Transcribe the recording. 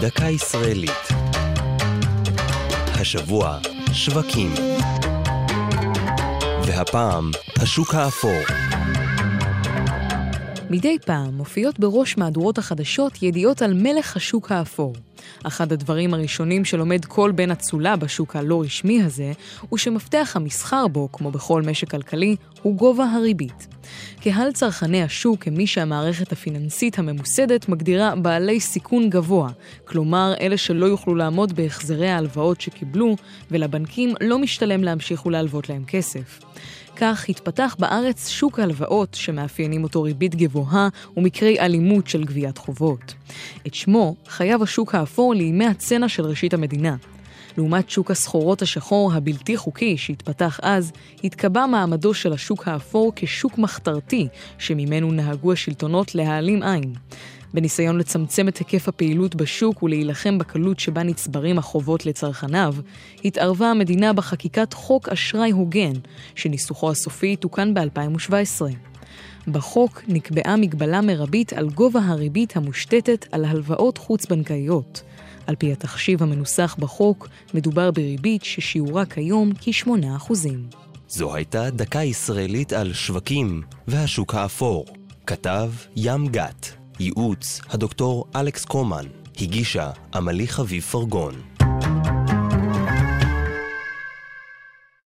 דקה ישראלית. השבוע שווקים. והפעם השוק האפור. מדי פעם מופיעות בראש מהדורות החדשות ידיעות על מלך השוק האפור. אחד הדברים הראשונים שלומד כל בן אצולה בשוק הלא רשמי הזה, הוא שמפתח המסחר בו, כמו בכל משק כלכלי, הוא גובה הריבית. קהל צרכני השוק כמי שהמערכת הפיננסית הממוסדת מגדירה בעלי סיכון גבוה, כלומר אלה שלא יוכלו לעמוד בהחזרי ההלוואות שקיבלו, ולבנקים לא משתלם להמשיך ולהלוות להם כסף. כך התפתח בארץ שוק הלוואות שמאפיינים אותו ריבית גבוהה ומקרי אלימות של גביית חובות. את שמו חייב השוק האפור לימי הצנע של ראשית המדינה. לעומת שוק הסחורות השחור הבלתי חוקי שהתפתח אז, התקבע מעמדו של השוק האפור כשוק מחתרתי שממנו נהגו השלטונות להעלים עין. בניסיון לצמצם את היקף הפעילות בשוק ולהילחם בקלות שבה נצברים החובות לצרכניו, התערבה המדינה בחקיקת חוק אשראי הוגן, שניסוחו הסופי תוקן ב-2017. בחוק נקבעה מגבלה מרבית על גובה הריבית המושתתת על הלוואות חוץ-בנקאיות. על פי התחשיב המנוסח בחוק, מדובר בריבית ששיעורה כיום כ8%. זו הייתה דקה ישראלית על שווקים והשוק האפור. כתב ים גת. ייעוץ הדוקטור אלכס קומן. הגישה עמלי חביב פרגון.